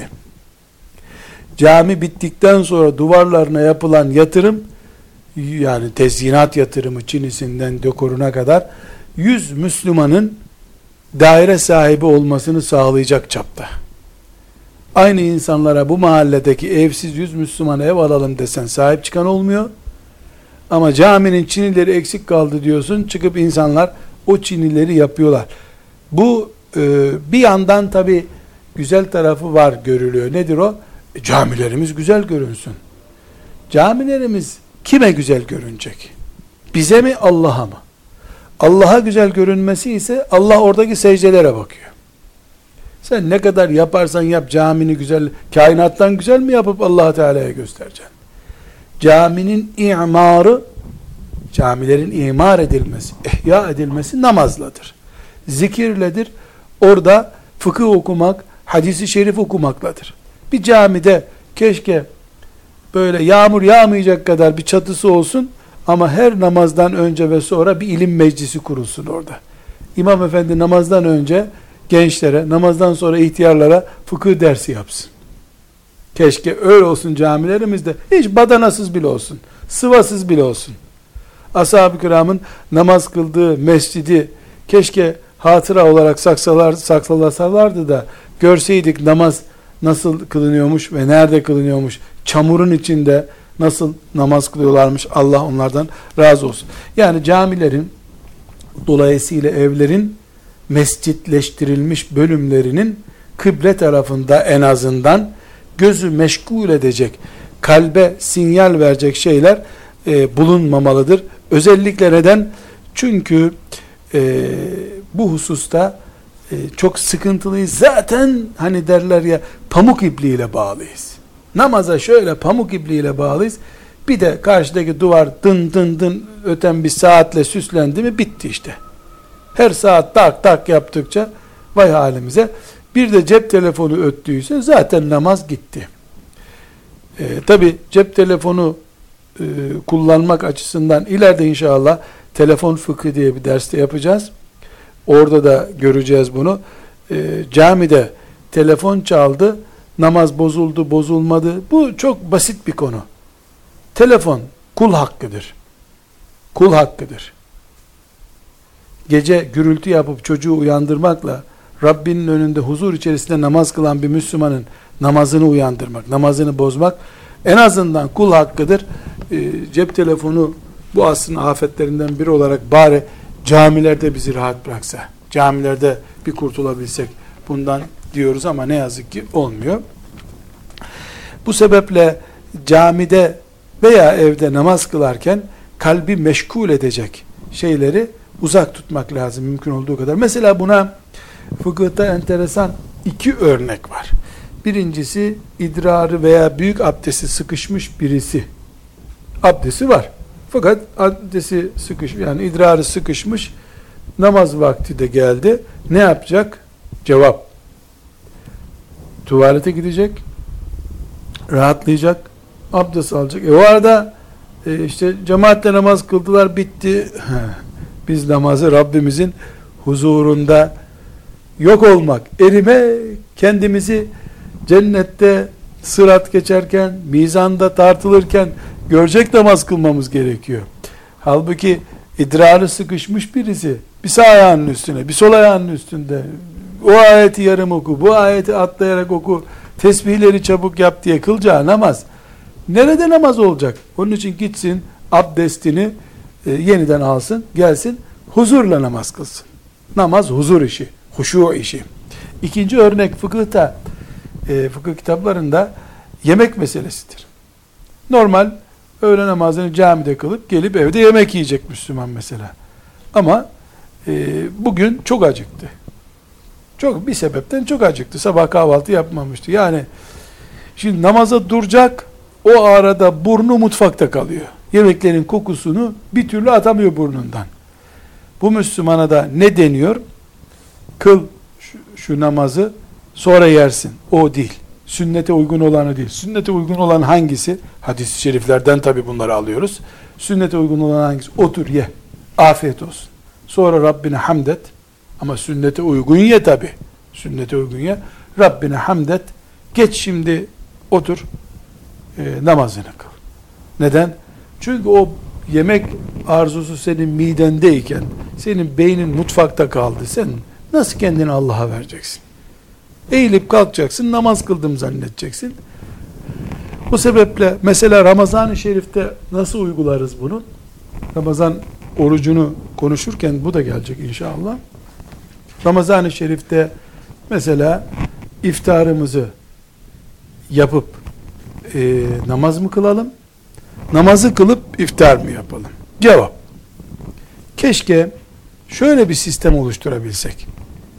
Cami bittikten sonra duvarlarına yapılan yatırım, yani tezyinat yatırımı, çinisinden dekoruna kadar 100 Müslümanın daire sahibi olmasını sağlayacak çapta. Aynı insanlara bu mahalledeki evsiz 100 Müslümana ev alalım desen sahip çıkan olmuyor. Ama caminin çinileri eksik kaldı diyorsun, çıkıp insanlar o çinileri yapıyorlar. Bu bir yandan tabi güzel tarafı var, görülüyor. Nedir o? Camilerimiz güzel görünsün. Camilerimiz kime güzel görünecek? Bize mi, Allah'a mı? Allah'a güzel görünmesi ise Allah oradaki secdelere bakıyor. Sen ne kadar yaparsan yap camini güzel, kainattan güzel mi yapıp Allah Teala'ya göstereceksin? Caminin imarı, camilerin imar edilmesi, ihya edilmesi namazladır. Zikirledir. Orada fıkıh okumak, hadisi şerif okumakladır. Bir camide keşke böyle yağmur yağmayacak kadar bir çatısı olsun ama her namazdan önce ve sonra bir ilim meclisi kurulsun orada. İmam efendi namazdan önce gençlere, namazdan sonra ihtiyarlara fıkıh dersi yapsın. Keşke öyle olsun camilerimizde. Hiç badanasız bile olsun. Sıvasız bile olsun. Ashab-ı kiramın namaz kıldığı mescidi keşke hatıra olarak saklasalardı da görseydik namaz nasıl kılınıyormuş ve nerede kılınıyormuş. Çamurun içinde nasıl namaz kılıyorlarmış. Allah onlardan razı olsun. Yani camilerin, dolayısıyla evlerin mescitleştirilmiş bölümlerinin kıble tarafında en azından gözü meşgul edecek, kalbe sinyal verecek şeyler bulunmamalıdır. Özellikle neden? Çünkü bu hususta çok sıkıntılıyız. Zaten hani derler ya, pamuk ipliğiyle bağlıyız. Namaza şöyle pamuk ipliğiyle bağlıyız. Bir de karşıdaki duvar dın dın dın öten bir saatle süslendi mi bitti işte. Her saat tak tak yaptıkça vay halimize. Bir de cep telefonu öttüyse zaten namaz gitti. Tabi cep telefonu kullanmak açısından ileride inşallah telefon fıkhı diye bir derste yapacağız. Orada da göreceğiz bunu. Camide telefon çaldı, namaz bozuldu, bozulmadı. Bu çok basit bir konu. Telefon kul hakkıdır. Kul hakkıdır. Gece gürültü yapıp çocuğu uyandırmakla Rabbinin önünde huzur içerisinde namaz kılan bir Müslümanın namazını uyandırmak, namazını bozmak en azından kul hakkıdır. Cep telefonu bu asrın afetlerinden biri olarak bari camilerde bizi rahat bıraksa, camilerde bir kurtulabilsek bundan diyoruz ama ne yazık ki olmuyor. Bu sebeple camide veya evde namaz kılarken kalbi meşgul edecek şeyleri uzak tutmak lazım mümkün olduğu kadar. Mesela buna fıkıhta enteresan 2 örnek var. Birincisi idrarı veya büyük abdesti sıkışmış birisi. Abdesti var. Fakat abdesti yani idrarı sıkışmış, namaz vakti de geldi. Ne yapacak? Cevap. Tuvalete gidecek, rahatlayacak, abdest alacak. O arada işte cemaatle namaz kıldılar, bitti. Biz namazı Rabbimizin huzurunda yok olmak, erime, kendimizi cennette sırat geçerken, mizanda tartılırken görecek namaz kılmamız gerekiyor. Halbuki idrarı sıkışmış birisi bir sağ ayağının üstüne, bir sol ayağının üstünde o ayeti yarım oku, bu ayeti atlayarak oku, tesbihleri çabuk yap diye kılacağı namaz nerede namaz olacak? Onun için gitsin abdestini yeniden alsın, gelsin huzurla namaz kılsın. Namaz huzur işi, huşu işi. İkinci örnek fıkıhta, fıkıh kitaplarında yemek meselesidir. Normal öğle namazını camide kılıp gelip evde yemek yiyecek Müslüman mesela. Ama bugün çok acıktı. Bir sebepten çok acıktı. Sabah kahvaltı yapmamıştı. Yani şimdi namaza duracak, o arada burnu mutfakta kalıyor. Yemeklerin kokusunu bir türlü atamıyor burnundan. Bu Müslümana da ne deniyor? Kıl şu namazı, sonra yersin. O değil. Sünnete uygun olanı değil. Sünnete uygun olan hangisi? Hadis-i şeriflerden tabi bunları alıyoruz. Sünnete uygun olan hangisi? Otur ye. Afiyet olsun. Sonra Rabbine hamd et. Ama sünnete uygun ye tabi. Sünnete uygun ye. Rabbine hamd et. Geç şimdi otur. Namazını kıl. Neden? Çünkü o yemek arzusu senin midendeyken, senin beynin mutfakta kaldı. Sen nasıl kendini Allah'a vereceksin? Eğilip kalkacaksın, namaz kıldım zannedeceksin. Bu sebeple mesela Ramazan-ı Şerif'te nasıl uygularız bunu? Ramazan orucunu konuşurken bu da gelecek inşallah. Ramazan-ı Şerif'te mesela iftarımızı yapıp namaz mı kılalım? Namazı kılıp iftar mı yapalım? Cevap. Keşke şöyle bir sistem oluşturabilsek.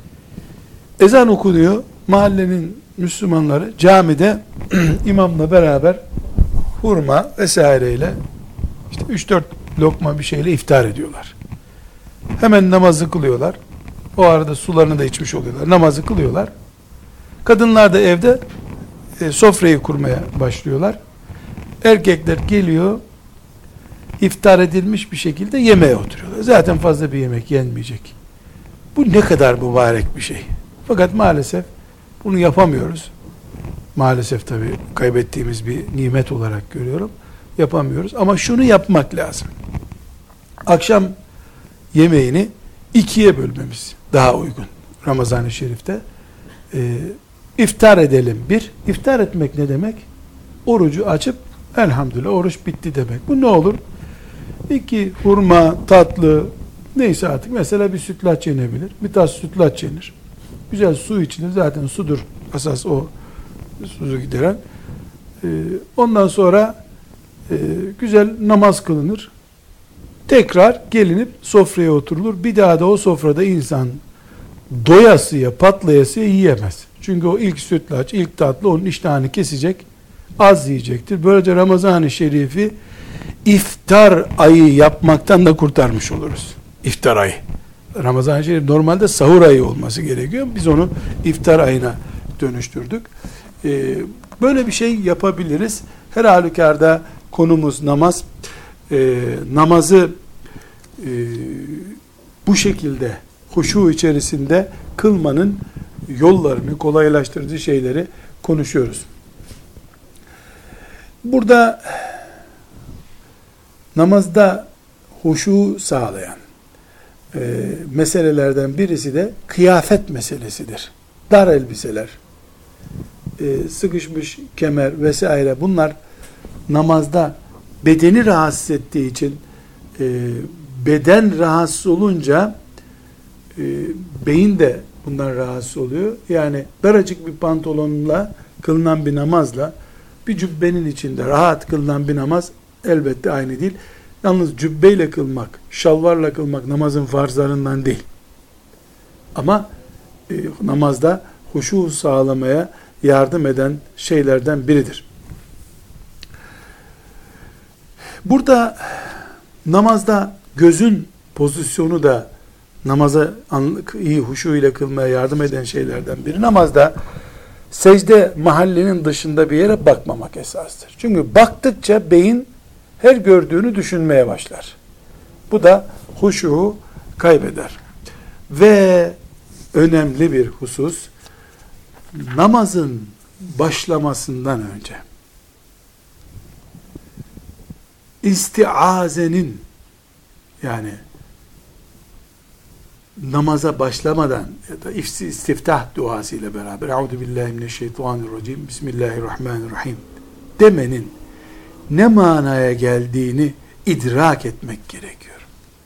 Ezan okunuyor. Mahallenin Müslümanları camide imamla beraber hurma vesaireyle işte 3-4 lokma bir şeyle iftar ediyorlar. Hemen namazı kılıyorlar. O arada sularını da içmiş oluyorlar. Namazı kılıyorlar. Kadınlar da evde sofrayı kurmaya başlıyorlar. Erkekler geliyor, iftar edilmiş bir şekilde yemeğe oturuyorlar. Zaten fazla bir yemek yenmeyecek. Bu ne kadar mübarek bir şey. Fakat maalesef bunu yapamıyoruz. Maalesef tabii kaybettiğimiz bir nimet olarak görüyorum. Yapamıyoruz. Ama şunu yapmak lazım. Akşam yemeğini 2'ye bölmemiz daha uygun. Ramazan-ı Şerif'te. İftar edelim. İftar etmek ne demek? Orucu açıp elhamdülillah oruç bitti demek. Bu ne olur? 2 hurma, tatlı, neyse artık. Mesela bir sütlaç yenebilir. Bir tas sütlaç yenir. Güzel su içilir. Zaten sudur asas o suyu gideren. Ondan sonra güzel namaz kılınır. Tekrar gelinip sofraya oturulur. Bir daha da o sofrada insan doyasıya, patlayasıya yiyemez. Çünkü o ilk sütlaç, ilk tatlı onun iştahını kesecek. az yiyecektir. Böylece Ramazan-ı Şerif'i iftar ayı yapmaktan da kurtarmış oluruz. İftar ayı. Ramazan-ı Şerif normalde sahur ayı olması gerekiyor. Biz onu iftar ayına dönüştürdük. Böyle bir şey yapabiliriz. Her halükarda konumuz namaz. Namazı bu şekilde huşu içerisinde kılmanın yollarını, kolaylaştırıcı şeyleri konuşuyoruz. Burada namazda huşu sağlayan meselelerden birisi de kıyafet meselesidir. Dar elbiseler, sıkışmış kemer vesaire, bunlar namazda bedeni rahatsız ettiği için, beden rahatsız olunca beyin de bundan rahatsız oluyor. Yani daracık bir pantolonla kılınan bir namazla bir cübbenin içinde rahat kılınan bir namaz elbette aynı değil. Yalnız cübbeyle kılmak, şalvarla kılmak namazın farzlarından değil. Ama namazda huşu sağlamaya yardım eden şeylerden biridir. Burada namazda gözün pozisyonu da namaza iyi huşu ile kılmaya yardım eden şeylerden biri. Namazda secde mahallinin dışında bir yere bakmamak esastır. Çünkü baktıkça beyin her gördüğünü düşünmeye başlar. Bu da huşuyu kaybeder. Ve önemli bir husus, namazın başlamasından önce istiazenin, yani namaza başlamadan ya da istiftah duası ile beraber Euzubillahimineşşeytanirracim Bismillahirrahmanirrahim demenin ne manaya geldiğini idrak etmek gerekiyor.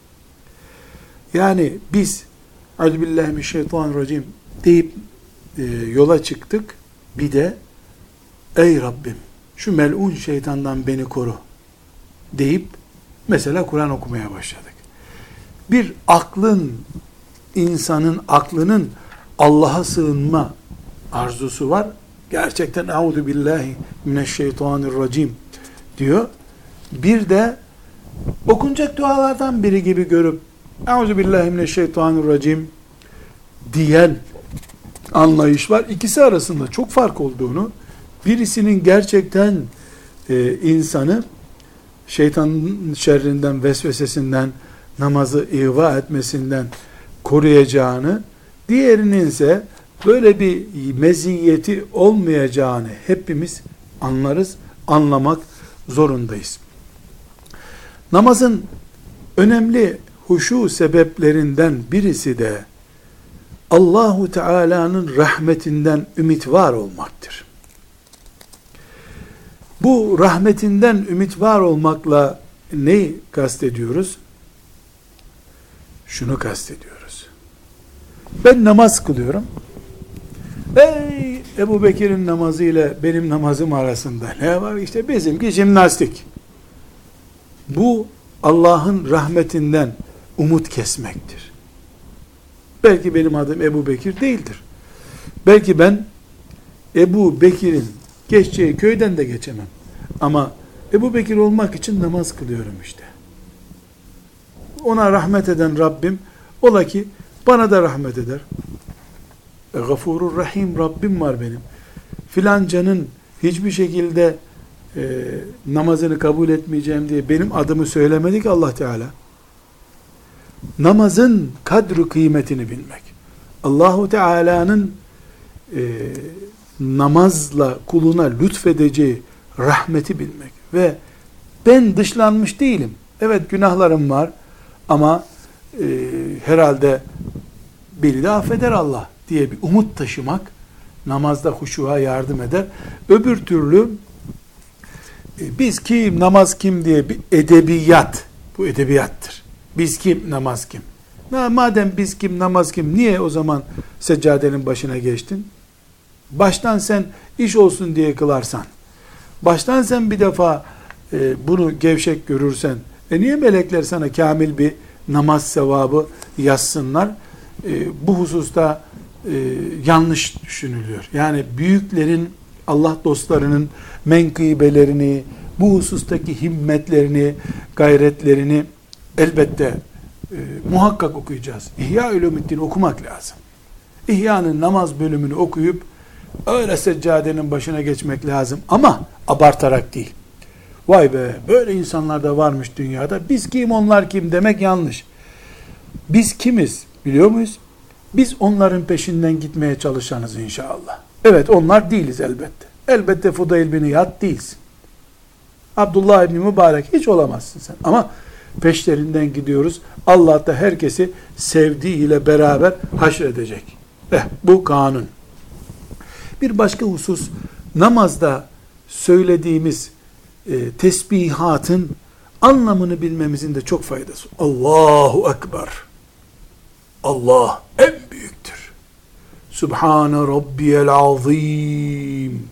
Yani biz Euzubillahimineşşeytanirracim deyip yola çıktık. Bir de ey Rabbim şu mel'un şeytandan beni koru deyip mesela Kur'an okumaya başladık. Bir insanın aklının Allah'a sığınma arzusu var. Gerçekten Euzubillahimineşşeytanirracim diyor. Bir de okunacak dualardan biri gibi görüp Euzubillahimineşşeytanirracim diyen anlayış var. İkisi arasında çok fark olduğunu, birisinin gerçekten insanı şeytanın şerrinden, vesvesesinden, namazı ihva etmesinden koruyacağını, diğerinin ise böyle bir meziyeti olmayacağını hepimiz anlarız, anlamak zorundayız. Namazın önemli huşu sebeplerinden birisi de Allahu Teala'nın rahmetinden ümit var olmaktır. Bu rahmetinden ümit var olmakla neyi kastediyoruz? Şunu kastediyoruz. Ben namaz kılıyorum. Ey Ebu Bekir'in namazı ile benim namazım arasında ne var? İşte bizimki jimnastik. Bu Allah'ın rahmetinden umut kesmektir. Belki benim adım Ebu Bekir değildir. Belki ben Ebu Bekir'in geçeceği köyden de geçemem. Ama Ebu Bekir olmak için namaz kılıyorum işte. Ona rahmet eden Rabbim, ola ki bana da rahmet eder. Gafurur Rahim Rabbim var benim. Filancanın hiçbir şekilde namazını kabul etmeyeceğim diye benim adımı söylemedi ki Allah Teala. Namazın kadru kıymetini bilmek. Allahu Teala'nın namazla kuluna lütfedeceği rahmeti bilmek. Ve ben dışlanmış değilim. Evet, günahlarım var ama herhalde beni de affeder Allah diye bir umut taşımak namazda huşuğa yardım eder. Öbür türlü biz kim, namaz kim diye bir edebiyat, bu edebiyattır. Biz kim, namaz kim? Madem biz kim, namaz kim, niye o zaman seccadenin başına geçtin? Baştan sen iş olsun diye kılarsan, baştan sen bir defa bunu gevşek görürsen, niye melekler sana kamil bir namaz sevabı yazsınlar? Bu hususta yanlış düşünülüyor. Yani büyüklerin Allah dostlarının menkıbelerini, bu husustaki himmetlerini, gayretlerini elbette muhakkak okuyacağız. İhya-ül-Ümiddin okumak lazım. İhya'nın namaz bölümünü okuyup öyle seccadenin başına geçmek lazım ama abartarak değil. Vay be, böyle insanlar da varmış dünyada. Biz kim, onlar kim demek yanlış. Biz kimiz biliyor muyuz? Biz onların peşinden gitmeye çalışanız inşallah. Evet, onlar değiliz elbette. Elbette Fudayl bin İyad değilsin. Abdullah İbni Mübarek hiç olamazsın sen. Ama peşlerinden gidiyoruz. Allah da herkesi sevdiğiyle beraber haşredecek. Bu kanun. Bir başka husus, namazda söylediğimiz tesbihatın anlamını bilmemizin de çok faydası. Allahu Ekber. Allah en büyüktür. Sübhane Rabbiyel Azim.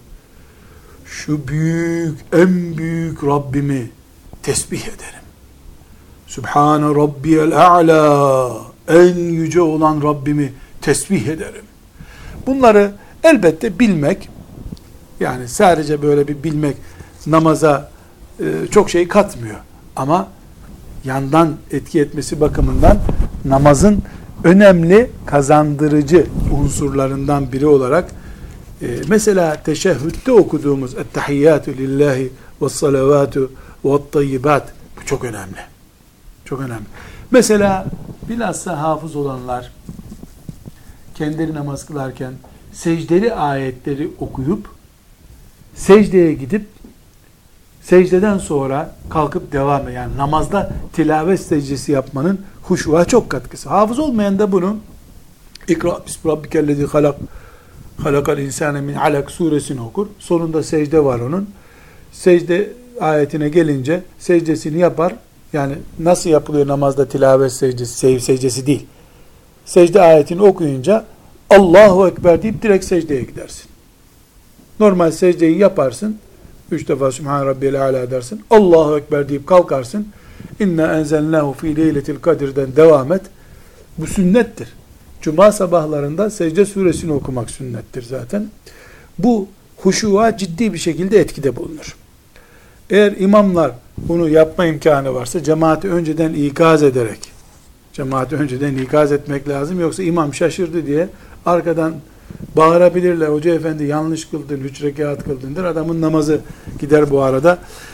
Şu büyük, en büyük Rabbimi tesbih ederim. Sübhane Rabbiyel A'la. En yüce olan Rabbimi tesbih ederim. Bunları elbette bilmek, yani sadece böyle bir bilmek namaza çok şey katmıyor. Ama yandan etki etmesi bakımından namazın önemli kazandırıcı unsurlarından biri olarak mesela teşehhütte okuduğumuz ettehiyyatü lillahi ve salavatu ve tayyibat, bu çok önemli. Çok önemli. Mesela bilhassa hafız olanlar kendileri namaz kılarken secdeli ayetleri okuyup secdeye gidip secdeden sonra kalkıp devam eden, yani namazda tilavet secdesi yapmanın huşuğa çok katkısı. Hafız olmayan da bunu İkra bismi rabbikellezi halak halakal insane min alak suresini okur. Sonunda secde var onun. Secde ayetine gelince secdesini yapar. Yani nasıl yapılıyor namazda tilavet secdesi, sehiv secdesi değil. Secde ayetini okuyunca Allahu Ekber deyip direkt secdeye gidersin. Normal secdeyi yaparsın. 3 defa Sübhane Rabbiyel Âlâ dersin. Allahu Ekber deyip kalkarsın. İnna enzelnâhu fî leyletil kadir'den devam et. Bu sünnettir. Cuma sabahlarında secde suresini okumak sünnettir zaten. Bu huşuğa ciddi bir şekilde etkide bulunur. Eğer imamlar bunu yapma imkanı varsa cemaati önceden ikaz ederek, cemaati önceden ikaz etmek lazım. Yoksa imam şaşırdı diye arkadan bağırabilirler. Hoca efendi yanlış kıldın, 3 rekat kıldın der. Adamın namazı gider bu arada.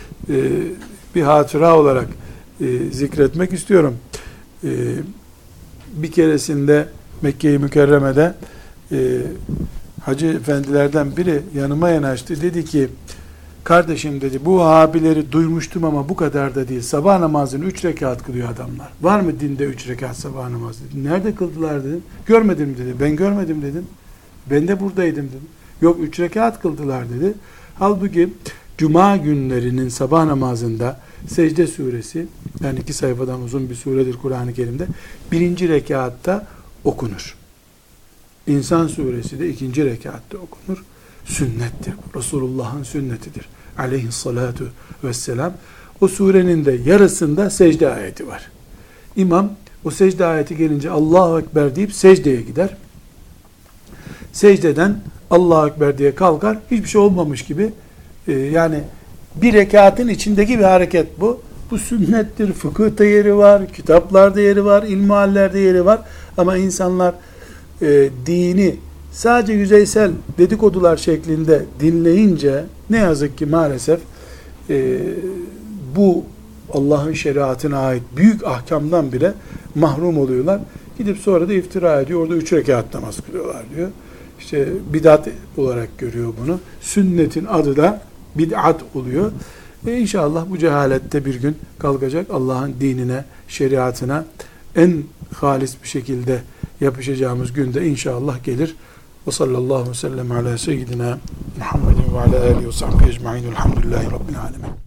Bir hatıra olarak zikretmek istiyorum. Bir keresinde Mekke-i Mükerreme'de hacı efendilerden biri yanıma yanaştı. Dedi ki, kardeşim dedi, bu Vahabileri duymuştum ama bu kadar da değil. Sabah namazını 3 rekat kılıyor adamlar. Var mı dinde 3 rekat sabah namazı dedi. Nerede kıldılar dedim. Görmedim dedi. Ben görmedim dedim. Ben de buradaydım dedim. Yok 3 rekat kıldılar dedi. Halbuki Cuma günlerinin sabah namazında Secde suresi, yani 2 sayfadan uzun bir suredir Kur'an-ı Kerim'de, 1. rekatta okunur. İnsan suresi de 2. rekatta okunur. Sünnettir. Resulullah'ın sünnetidir. Aleyhissalatu vesselam. O surenin de yarısında secde ayeti var. İmam o secde ayeti gelince Allahu Ekber deyip secdeye gider. Secdeden Allahu Ekber diye kalkar. Hiçbir şey olmamış gibi. Yani bir rekatın içindeki bir hareket bu. Bu sünnettir. Fıkıhta yeri var, kitaplarda yeri var, ilmihallerde yeri var. Ama insanlar dini sadece yüzeysel dedikodular şeklinde dinleyince ne yazık ki maalesef bu Allah'ın şeriatına ait büyük ahkamdan bile mahrum oluyorlar. Gidip sonra da iftira ediyor. Orada 3 rekat namaz kılıyorlar diyor. İşte bid'at olarak görüyor bunu. Sünnetin adı da bid'at oluyor. İnşallah bu cehalette bir gün kalkacak. Allah'ın dinine, şeriatına en halis bir şekilde yapışacağımız günde inşallah gelir. Ve sallallahu aleyhi ve sellem ala seyyidina Muhammedin ve ala alihi ve sahbihi ecma'in. Elhamdülillahi Rabbil alemin.